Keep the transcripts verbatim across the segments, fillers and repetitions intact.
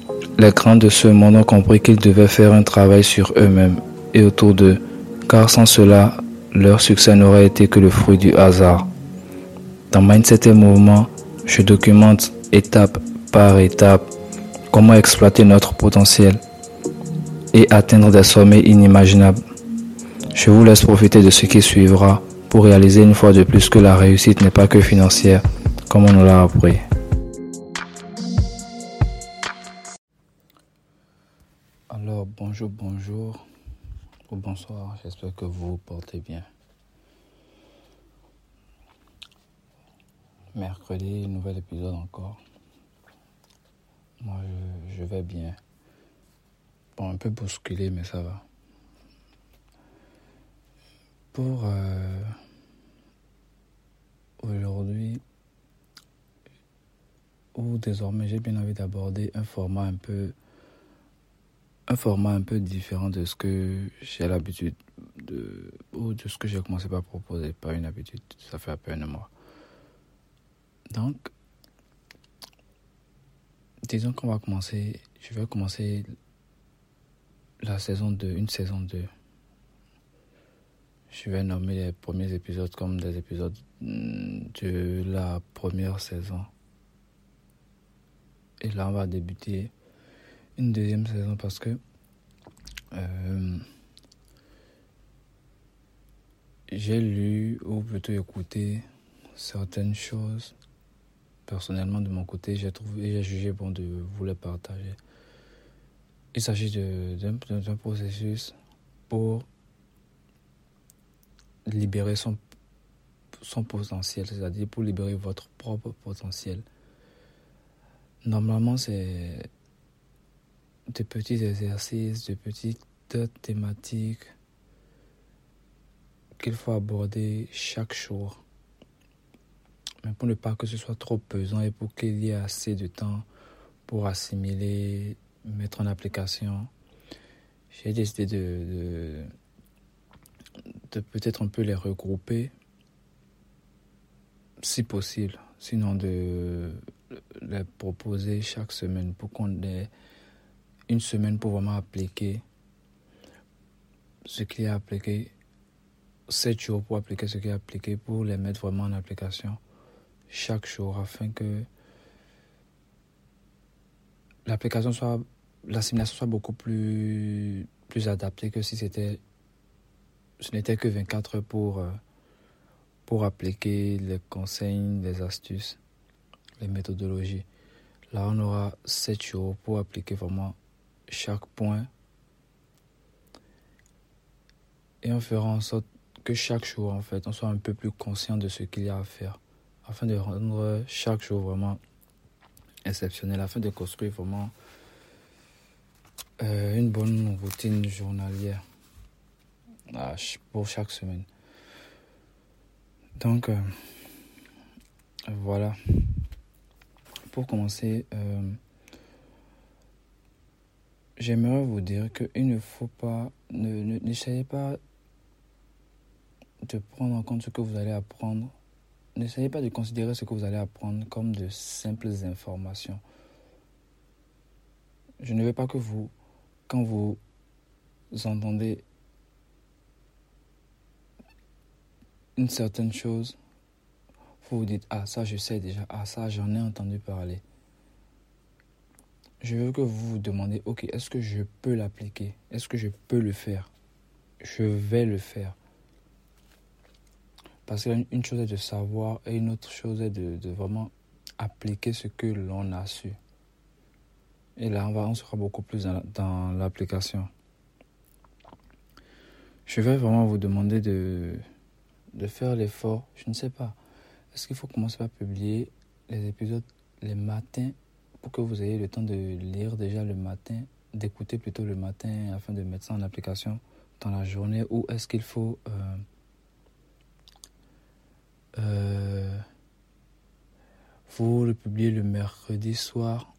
Les grands de ce monde ont compris qu'ils devaient faire un travail sur eux-mêmes et autour d'eux, car sans cela, leur succès n'aurait été que le fruit du hasard. Dans Mindset et Mouvement, je documente étape par étape comment exploiter notre potentiel et atteindre des sommets inimaginables. Je vous laisse profiter de ce qui suivra pour réaliser une fois de plus que la réussite n'est pas que financière, comme on nous l'a appris. Alors, bonjour, bonjour, ou bonsoir, j'espère que vous vous portez bien. Mercredi, nouvel épisode encore. Moi, je, je vais bien. Bon, un peu bousculé, mais ça va. Pour euh, aujourd'hui, ou désormais, j'ai bien envie d'aborder un format un peu, un format un peu différent de ce que j'ai l'habitude de, ou de ce que j'ai commencé par proposer, pas une habitude, ça fait à peine un mois. Donc, disons qu'on va commencer, je vais commencer la saison deux, une saison deux. Je vais nommer les premiers épisodes comme des épisodes de la première saison. Et là, on va débuter une deuxième saison parce que euh, j'ai lu ou plutôt écouté certaines choses. Personnellement, de mon côté, j'ai trouvé, j'ai jugé bon de vous les partager. Il s'agit de, d'un, d'un processus pour libérer son, son potentiel, c'est-à-dire pour libérer votre propre potentiel. Normalement, c'est de petits exercices, de petites thématiques qu'il faut aborder chaque jour. Mais pour ne pas que ce soit trop pesant et pour qu'il y ait assez de temps pour assimiler, mettre en application, j'ai décidé de, de, de peut-être un peu les regrouper, si possible, sinon de les proposer chaque semaine pour qu'on ait une semaine pour vraiment appliquer ce qui est appliqué, sept jours pour appliquer ce qui est appliqué, pour les mettre vraiment en application chaque jour afin que l'application soit, l'assimilation soit beaucoup plus, plus adaptée que si c'était, ce n'était que vingt-quatre heures pour, pour appliquer les conseils, les astuces, les méthodologies. Là, on aura sept jours pour appliquer vraiment chaque point. Et on fera en sorte que chaque jour, en fait, on soit un peu plus conscient de ce qu'il y a à faire, afin de rendre chaque jour vraiment exceptionnel, afin de construire vraiment euh, une bonne routine journalière ah, pour chaque semaine. Donc, euh, voilà. Pour commencer, euh, j'aimerais vous dire qu'il ne faut pas, ne, ne, n'essayez pas de prendre en compte ce que vous allez apprendre. N'essayez pas de considérer ce que vous allez apprendre comme de simples informations. Je ne veux pas que vous, quand vous entendez une certaine chose, vous vous dites « Ah, ça je sais déjà, ah ça j'en ai entendu parler ». Je veux que vous vous demandez « Ok, est-ce que je peux l'appliquer? Est-ce que je peux le faire? Je vais le faire ». Parce qu'une chose est de savoir et une autre chose est de, de vraiment appliquer ce que l'on a su. Et là, on, va, on sera beaucoup plus dans, dans l'application. Je vais vraiment vous demander de, de faire l'effort. Je ne sais pas. Est-ce qu'il faut commencer par publier les épisodes les matins pour que vous ayez le temps de lire déjà le matin, d'écouter plutôt le matin afin de mettre ça en application dans la journée? Ou est-ce qu'il faut... Euh, Euh, vous le publiez le mercredi soir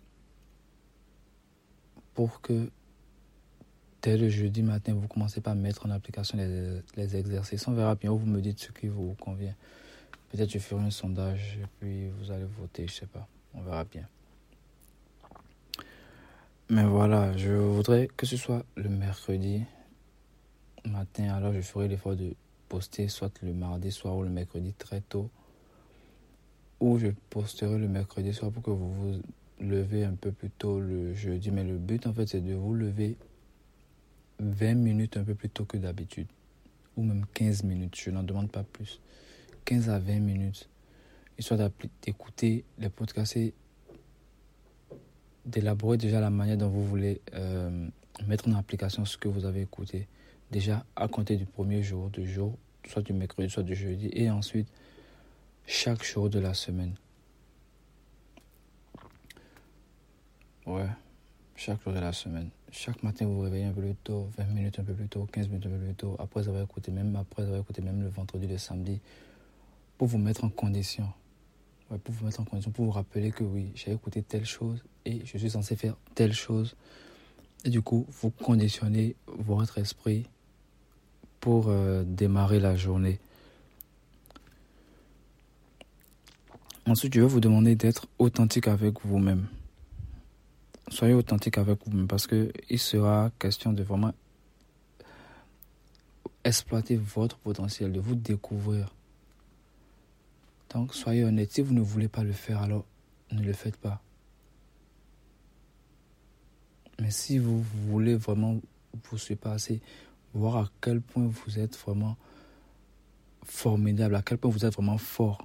pour que dès le jeudi matin, vous commencez par mettre en application les, les exercices. On verra bien, vous me dites ce qui vous convient. Peut-être je ferai un sondage et puis vous allez voter, je sais pas. On verra bien. Mais voilà, je voudrais que ce soit le mercredi matin, alors je ferai l'effort de poster soit le mardi soir ou le mercredi très tôt, ou je posterai le mercredi soir pour que vous vous levez un peu plus tôt le jeudi. Mais le but en fait c'est de vous lever vingt minutes un peu plus tôt que d'habitude, ou même quinze minutes, je n'en demande pas plus, quinze à vingt minutes, histoire d'écouter les podcasts et d'élaborer déjà la manière dont vous voulez euh, mettre en application ce que vous avez écouté, déjà à compter du premier jour, du jour, soit du mercredi, soit du jeudi, et ensuite chaque jour de la semaine. Ouais, chaque jour de la semaine. Chaque matin, vous vous réveillez un peu plus tôt, vingt minutes un peu plus tôt, quinze minutes un peu plus tôt, après avoir écouté, même après avoir écouté même le vendredi, le samedi, pour vous mettre en condition. Ouais, pour vous mettre en condition, pour vous rappeler que oui, j'ai écouté telle chose et je suis censé faire telle chose. Et du coup, vous conditionnez votre esprit pour euh, démarrer la journée. Ensuite, je vais vous demander d'être authentique avec vous-même. Soyez authentique avec vous-même parce qu'il sera question de vraiment exploiter votre potentiel, de vous découvrir. Donc, soyez honnête. Si vous ne voulez pas le faire, alors ne le faites pas. Mais si vous voulez vraiment vous surpasser, voir à quel point vous êtes vraiment formidable, à quel point vous êtes vraiment fort,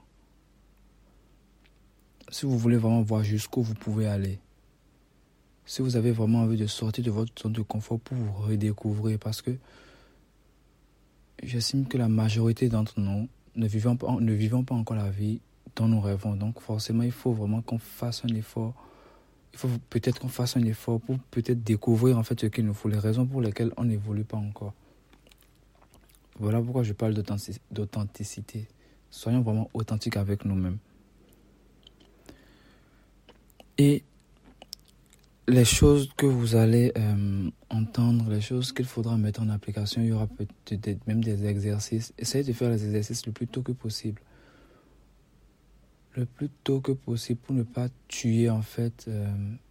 si vous voulez vraiment voir jusqu'où vous pouvez aller, si vous avez vraiment envie de sortir de votre zone de confort pour vous redécouvrir, parce que j'estime que la majorité d'entre nous ne vivons pas, ne vivons pas encore la vie dont nous rêvons. Donc forcément, il faut vraiment qu'on fasse un effort. Il faut peut-être qu'on fasse un effort pour peut-être découvrir en fait ce qu'il nous faut, les raisons pour lesquelles on n'évolue pas encore. Voilà pourquoi je parle d'authenticité. Soyons vraiment authentiques avec nous-mêmes. Et les choses que vous allez euh, entendre, les choses qu'il faudra mettre en application, il y aura peut-être même des exercices. Essayez de faire les exercices le plus tôt que possible. Le plus tôt que possible pour ne pas tuer en fait euh,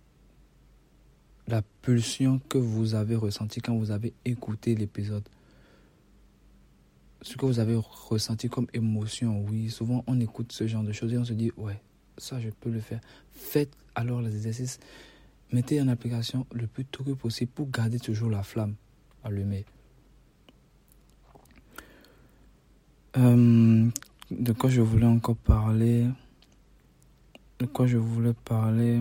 la pulsion que vous avez ressentie quand vous avez écouté l'épisode. Ce que vous avez ressenti comme émotion, oui, souvent on écoute ce genre de choses et on se dit, ouais, ça je peux le faire. Faites alors les exercices. Mettez en application le plus tôt que possible pour garder toujours la flamme allumée. Euh, de quoi je voulais encore parler De quoi je voulais parler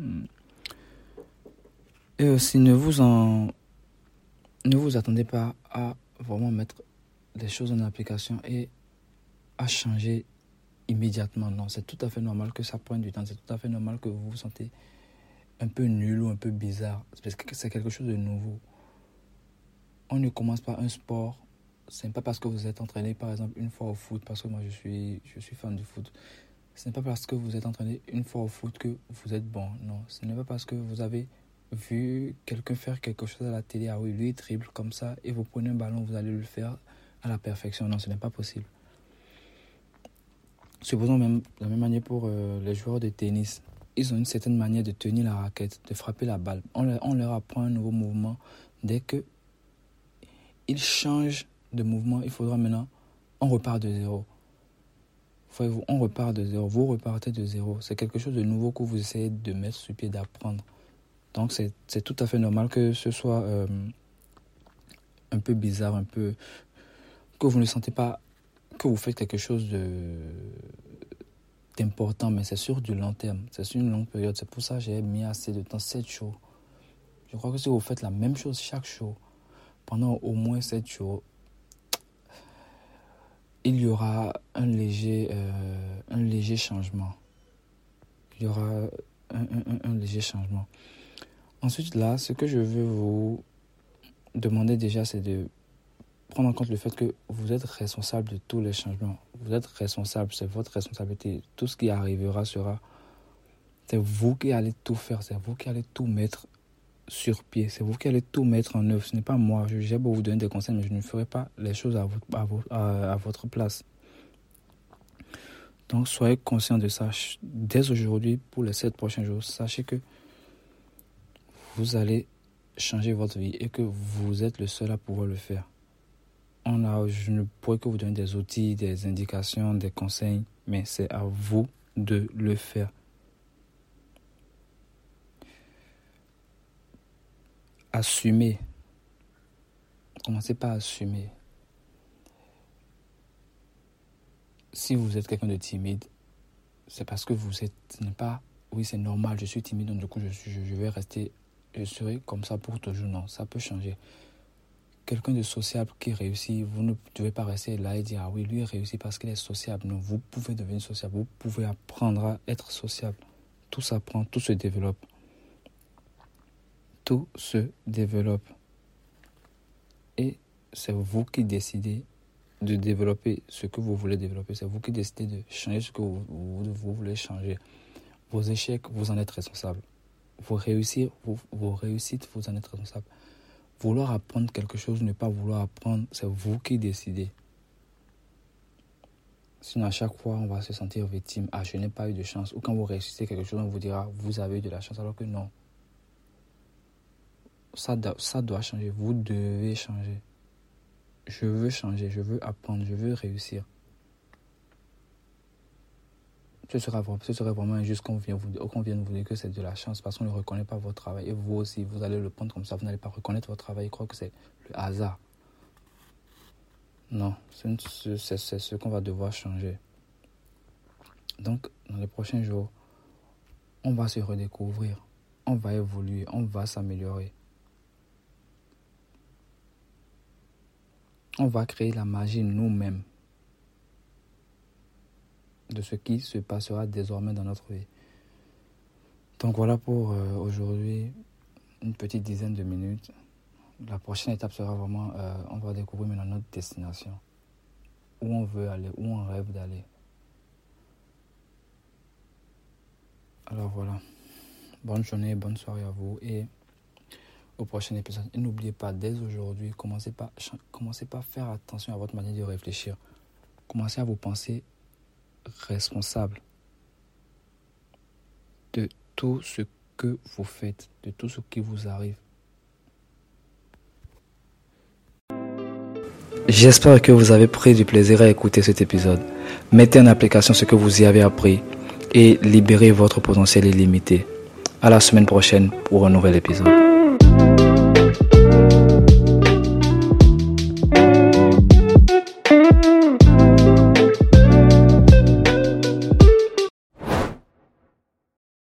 Et aussi, ne vous en... Ne vous attendez pas à vraiment mettre les choses en application et à changer immédiatement. Non, c'est tout à fait normal que ça prenne du temps. C'est tout à fait normal que vous vous sentez un peu nul ou un peu bizarre, parce que c'est quelque chose de nouveau. On ne commence pas un sport, ce n'est pas parce que vous êtes entraîné par exemple une fois au foot, parce que moi je suis, je suis fan du foot, ce n'est pas parce que vous êtes entraîné une fois au foot que vous êtes bon, non, ce n'est pas parce que vous avez vu quelqu'un faire quelque chose à la télé, ah oui, lui il dribble comme ça, et vous prenez un ballon, vous allez le faire à la perfection, non, ce n'est pas possible. Supposons même de la même manière pour euh, les joueurs de tennis. Ils ont une certaine manière de tenir la raquette, de frapper la balle. On leur, on leur apprend un nouveau mouvement. Dès qu'ils changent de mouvement, il faudra maintenant, on repart de zéro. Voyez-vous, on repart de zéro. Vous repartez de zéro. C'est quelque chose de nouveau que vous essayez de mettre sur pied, d'apprendre. Donc c'est, c'est tout à fait normal que ce soit euh, un peu bizarre, un peu... que vous ne sentez pas que vous faites quelque chose de... d'important, mais c'est sur du long terme, c'est sur une longue période. C'est pour ça que j'ai mis assez de temps, sept jours. Je crois que si vous faites la même chose chaque jour, pendant au moins sept jours, il y aura un léger, euh, un léger changement. Il y aura un, un, un léger changement. Ensuite, là, ce que je veux vous demander déjà, c'est de prendre en compte le fait que vous êtes responsable de tous les changements. Vous êtes responsable, c'est votre responsabilité. Tout ce qui arrivera sera... C'est vous qui allez tout faire, c'est vous qui allez tout mettre sur pied, c'est vous qui allez tout mettre en œuvre. Ce n'est pas moi, j'ai beau vous donner des conseils, mais je ne ferai pas les choses à votre, à votre, à, à votre place. Donc soyez conscient de ça. Dès aujourd'hui, pour les sept prochains jours, sachez que vous allez changer votre vie et que vous êtes le seul à pouvoir le faire. On a, je ne pourrais que vous donner des outils, des indications, des conseils, mais c'est à vous de le faire. Assumez. Commencez par assumer. Si vous êtes quelqu'un de timide, c'est parce que vous êtes, ce n'est pas, oui c'est normal, je suis timide, donc du coup je, suis, je, je vais rester, je serai comme ça pour toujours. Non, ça peut changer. Quelqu'un de sociable qui réussit, vous ne devez pas rester là et dire ah oui, lui il réussit parce qu'il est sociable. Non, vous pouvez devenir sociable, vous pouvez apprendre à être sociable. Tout s'apprend, tout se développe. Tout se développe. Et c'est vous qui décidez de développer ce que vous voulez développer. C'est vous qui décidez de changer ce que vous, vous, vous voulez changer. Vos échecs, vous en êtes responsable. Vos réussites, vos, vos réussites, vous en êtes responsable. Vouloir apprendre quelque chose, ne pas vouloir apprendre, c'est vous qui décidez. Sinon, à chaque fois, on va se sentir victime. Ah, je n'ai pas eu de chance. Ou quand vous réussissez quelque chose, on vous dira, vous avez eu de la chance, alors que non. Ça, ça doit changer. Vous devez changer. Je veux changer, je veux apprendre, je veux réussir. Ce serait, ce serait vraiment injuste qu'on vienne, vous, qu'on vienne vous dire que c'est de la chance parce qu'on ne reconnaît pas votre travail. Et vous aussi, vous allez le prendre comme ça. Vous n'allez pas reconnaître votre travail et croire que c'est le hasard. Non, c'est, c'est, c'est ce qu'on va devoir changer. Donc, dans les prochains jours, on va se redécouvrir. On va évoluer, on va s'améliorer. On va créer la magie nous-mêmes de ce qui se passera désormais dans notre vie. Donc voilà pour euh, aujourd'hui, une petite dizaine de minutes. La prochaine étape sera vraiment, euh, on va découvrir maintenant notre destination. Où on veut aller, où on rêve d'aller. Alors voilà, bonne journée, bonne soirée à vous et au prochain épisode. Et n'oubliez pas, dès aujourd'hui, commencez par, commencez par faire attention à votre manière de réfléchir. Commencez à vous penser responsable de tout ce que vous faites, de tout ce qui vous arrive. J'espère que vous avez pris du plaisir à écouter cet épisode. Mettez en application ce que vous y avez appris et libérez votre potentiel illimité. À la semaine prochaine pour un nouvel épisode.